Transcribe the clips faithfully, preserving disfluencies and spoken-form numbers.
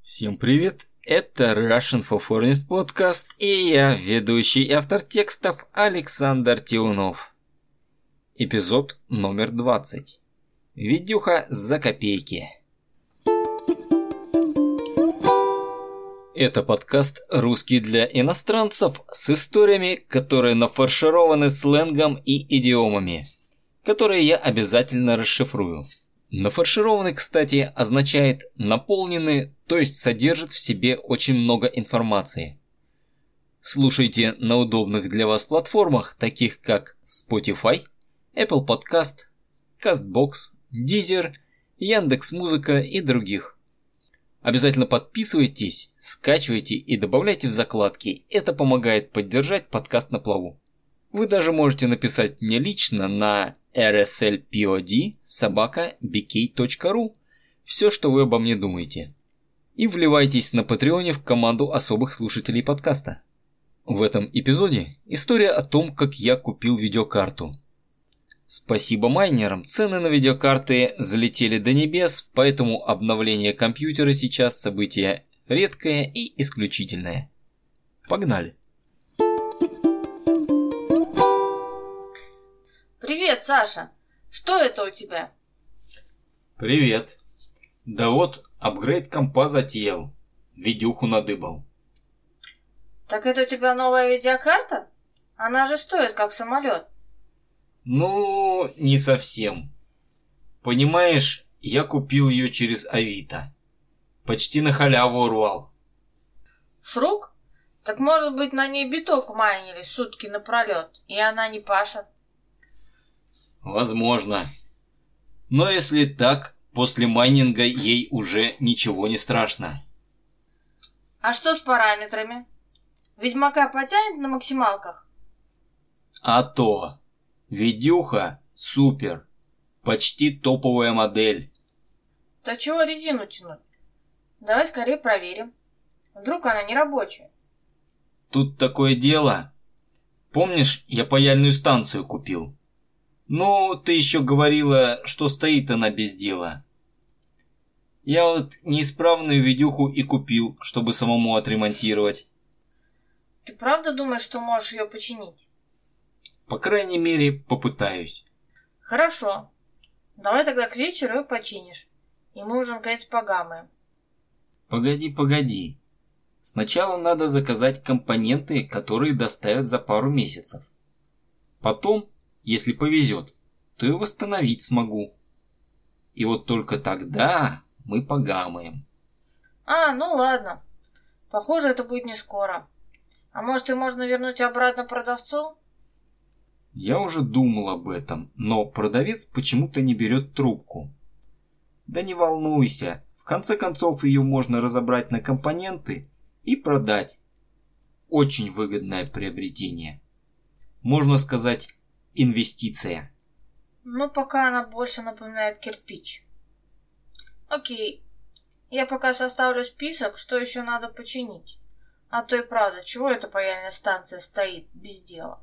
Всем привет, это Russian for Foreigners Podcast, и я, ведущий и автор текстов Александр Тиунов. Эпизод номер двадцать. Видюха за копейки. Это подкаст «Русский для иностранцев» с историями, которые нафаршированы сленгом и идиомами, которые я обязательно расшифрую. Нафаршированный, кстати, означает наполненный, то есть содержит в себе очень много информации. Слушайте на удобных для вас платформах, таких как Spotify, Apple Podcast, CastBox, Deezer, Яндекс.Музыка и других. Обязательно подписывайтесь, скачивайте и добавляйте в закладки, это помогает поддержать подкаст на плаву. Вы даже можете написать мне лично на rslpod собака bk точка ру все, что вы обо мне думаете. И вливайтесь на Патреоне в команду особых слушателей подкаста. В этом эпизоде история о том, как я купил видеокарту. Спасибо майнерам, цены на видеокарты взлетели до небес, поэтому обновление компьютера сейчас событие редкое и исключительное. Погнали! Привет, Саша. Что это у тебя? Привет. Да вот, апгрейд компа затеял. Видюху надыбал. Так это у тебя новая видеокарта? Она же стоит как самолет. Ну, не совсем. Понимаешь, я купил ее через Авито. Почти на халяву урвал. С рук? Так может быть на ней биток майнили сутки напролет, и она не пашет? Возможно. Но если так, после майнинга ей уже ничего не страшно. А что с параметрами? Ведьмака потянет на максималках? А то. Видюха супер. Почти топовая модель. То чего резину тянуть? Давай скорее проверим. Вдруг она не рабочая. Тут такое дело. Помнишь, я паяльную станцию купил? Ну, ты еще говорила, что стоит она без дела. Я вот неисправную видюху и купил, чтобы самому отремонтировать. Ты правда думаешь, что можешь ее починить? По крайней мере, попытаюсь. Хорошо. Давай тогда к вечеру ее починишь. И мы уже наконец погамаем. Погоди, погоди. Сначала надо заказать компоненты, которые доставят за пару месяцев. Потом, если повезет, то и восстановить смогу. И вот только тогда мы погамаем. А, ну ладно. Похоже, это будет не скоро. А может, и можно вернуть обратно продавцу? Я уже думал об этом, но продавец почему-то не берет трубку. Да не волнуйся, в конце концов ее можно разобрать на компоненты и продать. Очень выгодное приобретение. Можно сказать, инвестиция. Ну, пока она больше напоминает кирпич. Окей. Я пока составлю список, что еще надо починить. А то и правда, чего эта паяльная станция стоит без дела?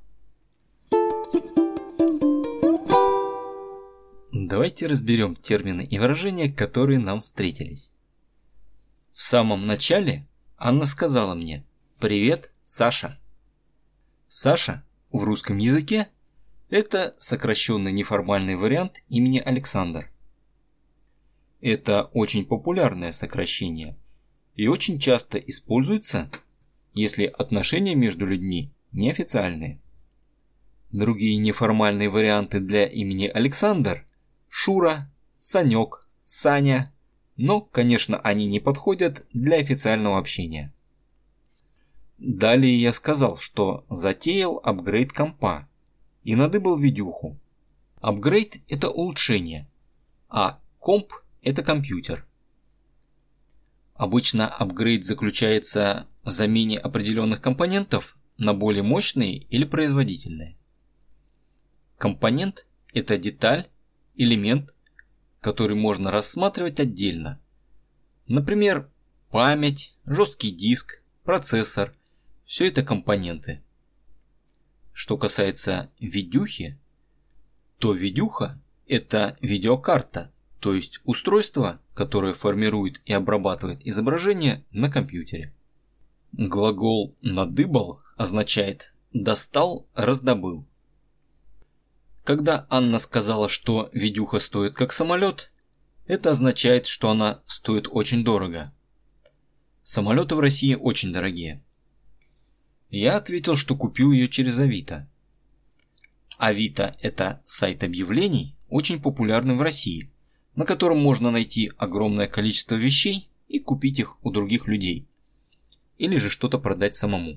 Давайте разберем термины и выражения, которые нам встретились. В самом начале Анна сказала мне: «Привет, Саша». Саша в русском языке это сокращенный неформальный вариант имени Александр. Это очень популярное сокращение и очень часто используется, если отношения между людьми неофициальные. Другие неформальные варианты для имени Александр – Шура, Санек, Саня, но, конечно, они не подходят для официального общения. Далее я сказал, что затеял апгрейд компа и надыбал видюху. Апгрейд – это улучшение, а комп – это компьютер. Обычно апгрейд заключается в замене определенных компонентов на более мощные или производительные. Компонент – это деталь, элемент, который можно рассматривать отдельно. Например, память, жесткий диск, процессор – все это компоненты. Что касается видюхи, то видюха – это видеокарта, то есть устройство, которое формирует и обрабатывает изображение на компьютере. Глагол «надыбал» означает «достал, раздобыл». Когда Анна сказала, что видюха стоит как самолет, это означает, что она стоит очень дорого. Самолеты в России очень дорогие. Я ответил, что купил ее через Авито. Авито – это сайт объявлений, очень популярный в России, на котором можно найти огромное количество вещей и купить их у других людей. Или же что-то продать самому.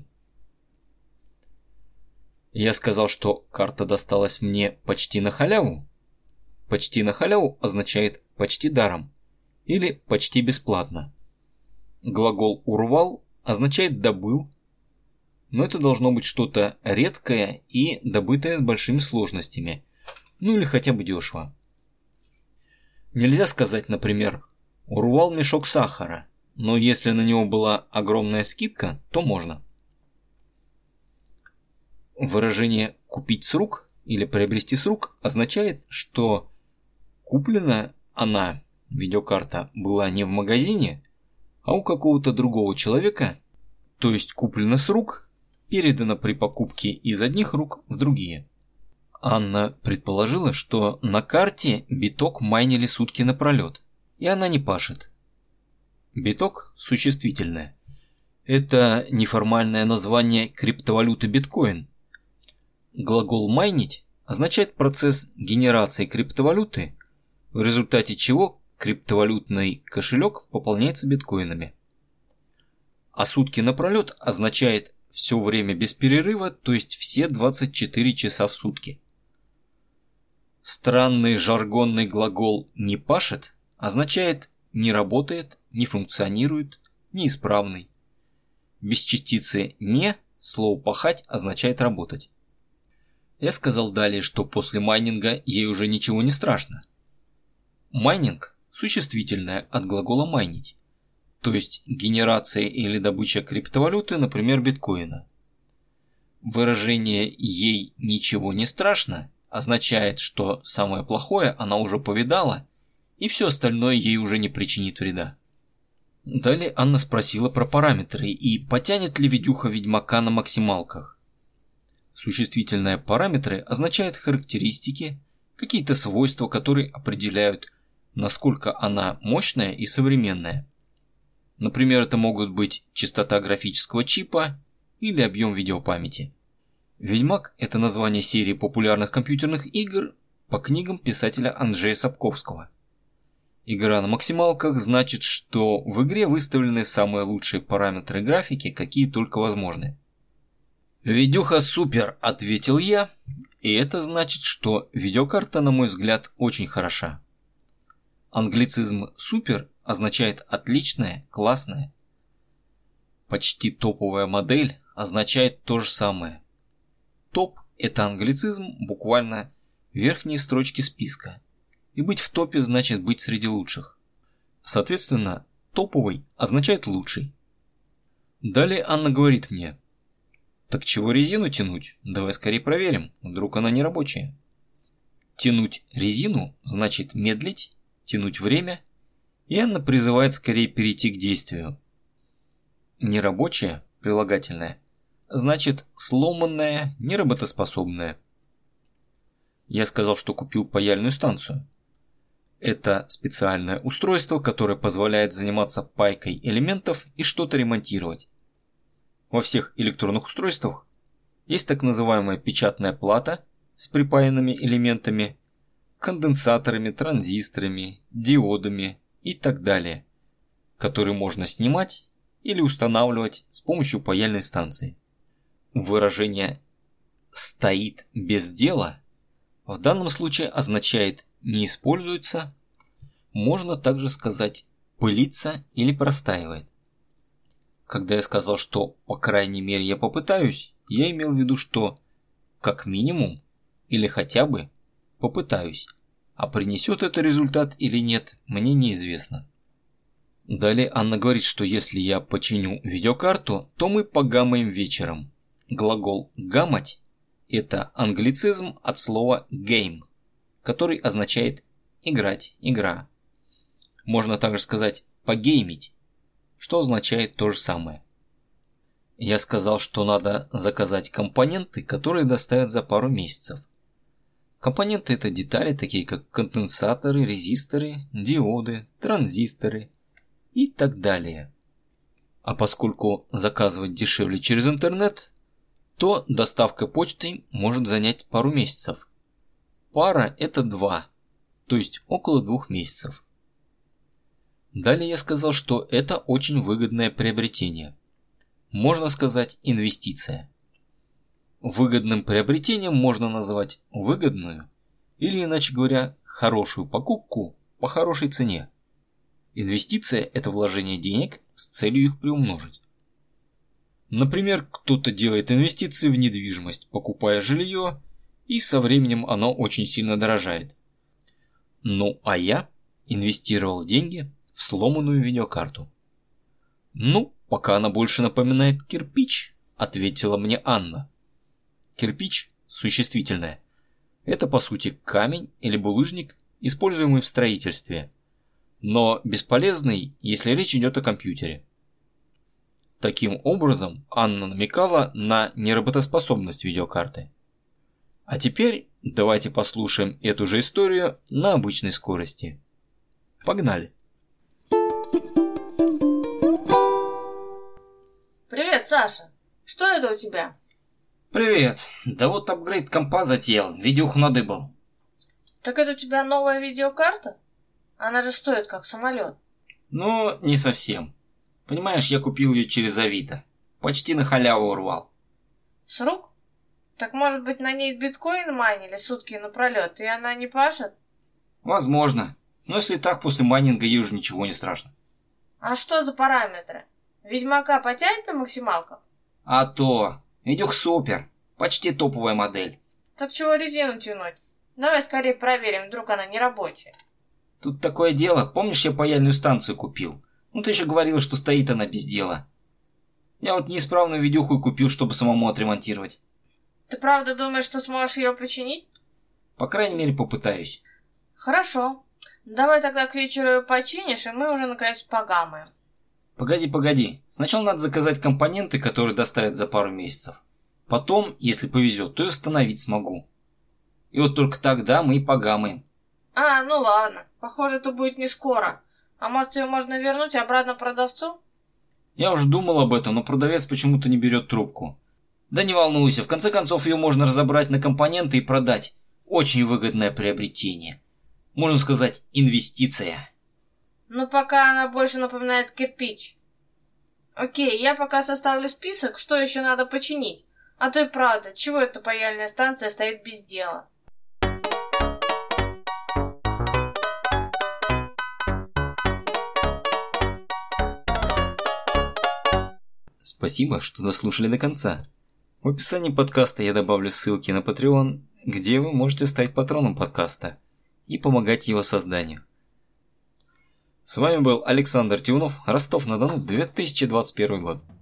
Я сказал, что карта досталась мне почти на халяву. Почти на халяву означает почти даром или почти бесплатно. Глагол «урвал» означает «добыл», но это должно быть что-то редкое и добытое с большими сложностями, ну или хотя бы дешево. Нельзя сказать, например, «урвал мешок сахара», но если на него была огромная скидка, то можно. Выражение «купить с рук» или «приобрести с рук» означает, что куплена она, видеокарта, была не в магазине, а у какого-то другого человека, то есть куплена с рук, передана при покупке из одних рук в другие. Анна предположила, что на карте биток майнили сутки напролет, и она не пашет. Биток – существительное. Это неформальное название криптовалюты биткоин. Глагол «майнить» означает процесс генерации криптовалюты, в результате чего криптовалютный кошелек пополняется биткоинами. А сутки напролет означает все время без перерыва, то есть все двадцать четыре часа в сутки. Странный жаргонный глагол «не пашет» означает «не работает», «не функционирует», «неисправный». Без частицы «не» слово «пахать» означает «работать». Я сказал далее, что после майнинга ей уже ничего не страшно. Майнинг – существительное от глагола «майнить», то есть генерация или добыча криптовалюты, например, биткоина. Выражение «ей ничего не страшно» означает, что самое плохое она уже повидала, и все остальное ей уже не причинит вреда. Далее Анна спросила про параметры и потянет ли видюха Ведьмака на максималках. Существительное «параметры» означает характеристики, какие-то свойства, которые определяют, насколько она мощная и современная. Например, это могут быть частота графического чипа или объем видеопамяти. «Ведьмак» – это название серии популярных компьютерных игр по книгам писателя Анджея Сапковского. Игра на максималках значит, что в игре выставлены самые лучшие параметры графики, какие только возможны. «Видюха супер», – ответил я, и это значит, что видеокарта, на мой взгляд, очень хороша. Англицизм «супер» означает «отличная», «классная». Почти топовая модель означает то же самое. Топ – это англицизм, буквально верхние строчки списка. И быть в топе значит быть среди лучших. Соответственно, топовый означает лучший. Далее Анна говорит мне: «Так чего резину тянуть? Давай скорее проверим, вдруг она не рабочая». Тянуть резину значит медлить, тянуть время, и Анна призывает скорее перейти к действию. Нерабочая, прилагательное, значит сломанная, неработоспособная. Я сказал, что купил паяльную станцию. Это специальное устройство, которое позволяет заниматься пайкой элементов и что-то ремонтировать. Во всех электронных устройствах есть так называемая печатная плата с припаянными элементами, конденсаторами, транзисторами, диодами и так далее, которые можно снимать или устанавливать с помощью паяльной станции. Выражение «стоит без дела» в данном случае означает «не используется», можно также сказать «пылится» или «простаивает». Когда я сказал, что по крайней мере я попытаюсь, я имел в виду, что как минимум или хотя бы попытаюсь, а принесет это результат или нет, мне неизвестно. Далее Анна говорит, что если я починю видеокарту, то мы погамаем вечером. Глагол «гамать» – это англицизм от слова «game», который означает «играть», «игра». Можно также сказать «погеймить», что означает то же самое. Я сказал, что надо заказать компоненты, которые доставят за пару месяцев. Компоненты – это детали, такие как конденсаторы, резисторы, диоды, транзисторы и так далее. А поскольку заказывать дешевле через интернет, то доставка почтой может занять пару месяцев. Пара – это два, то есть около двух месяцев. Далее я сказал, что это очень выгодное приобретение. Можно сказать, инвестиция. Выгодным приобретением можно назвать выгодную, или иначе говоря, хорошую покупку по хорошей цене. Инвестиция – это вложение денег с целью их приумножить. Например, кто-то делает инвестиции в недвижимость, покупая жилье, и со временем оно очень сильно дорожает. Ну а я инвестировал деньги в сломанную видеокарту. Ну, пока она больше напоминает кирпич, ответила мне Анна. Кирпич, существительное, это по сути камень или булыжник, используемый в строительстве, но бесполезный, если речь идет о компьютере. Таким образом, Анна намекала на неработоспособность видеокарты. А теперь давайте послушаем эту же историю на обычной скорости. Погнали! Привет, Саша. Что это у тебя? Привет. Да вот апгрейд компа затеял, видюху надыбал. Так это у тебя новая видеокарта? Она же стоит как самолет. Ну, не совсем. Понимаешь, я купил ее через Авито. Почти на халяву урвал. С рук? Так может быть на ней биткоин майнили сутки напролет, и она не пашет? Возможно. Но если так, после майнинга ей уже ничего не страшно. А что за параметры? Ведьмака потянет на максималках? А то. Видюх супер. Почти топовая модель. Так чего резину тянуть? Давай скорее проверим, вдруг она не рабочая. Тут такое дело. Помнишь, я паяльную станцию купил? Ну ты еще говорил, что стоит она без дела. Я вот неисправную видюху и купил, чтобы самому отремонтировать. Ты правда думаешь, что сможешь ее починить? По крайней мере, попытаюсь. Хорошо. Давай тогда к вечеру ее починишь, и мы уже наконец погамаем. Погоди, погоди. Сначала надо заказать компоненты, которые доставят за пару месяцев. Потом, если повезет, то и установить смогу. И вот только тогда мы и погамаем. А, ну ладно. Похоже, это будет не скоро. А может, ее можно вернуть обратно продавцу? Я уже думал об этом, но продавец почему-то не берет трубку. Да не волнуйся, в конце концов ее можно разобрать на компоненты и продать. Очень выгодное приобретение. Можно сказать, инвестиция. Но пока она больше напоминает кирпич. Окей, я пока составлю список, что еще надо починить. А то и правда, чего эта паяльная станция стоит без дела? Спасибо, что дослушали до конца. В описании подкаста я добавлю ссылки на Patreon, где вы можете стать патроном подкаста и помогать его созданию. С вами был Александр Тюнов, Ростов-на-Дону, две тысячи двадцать первый год.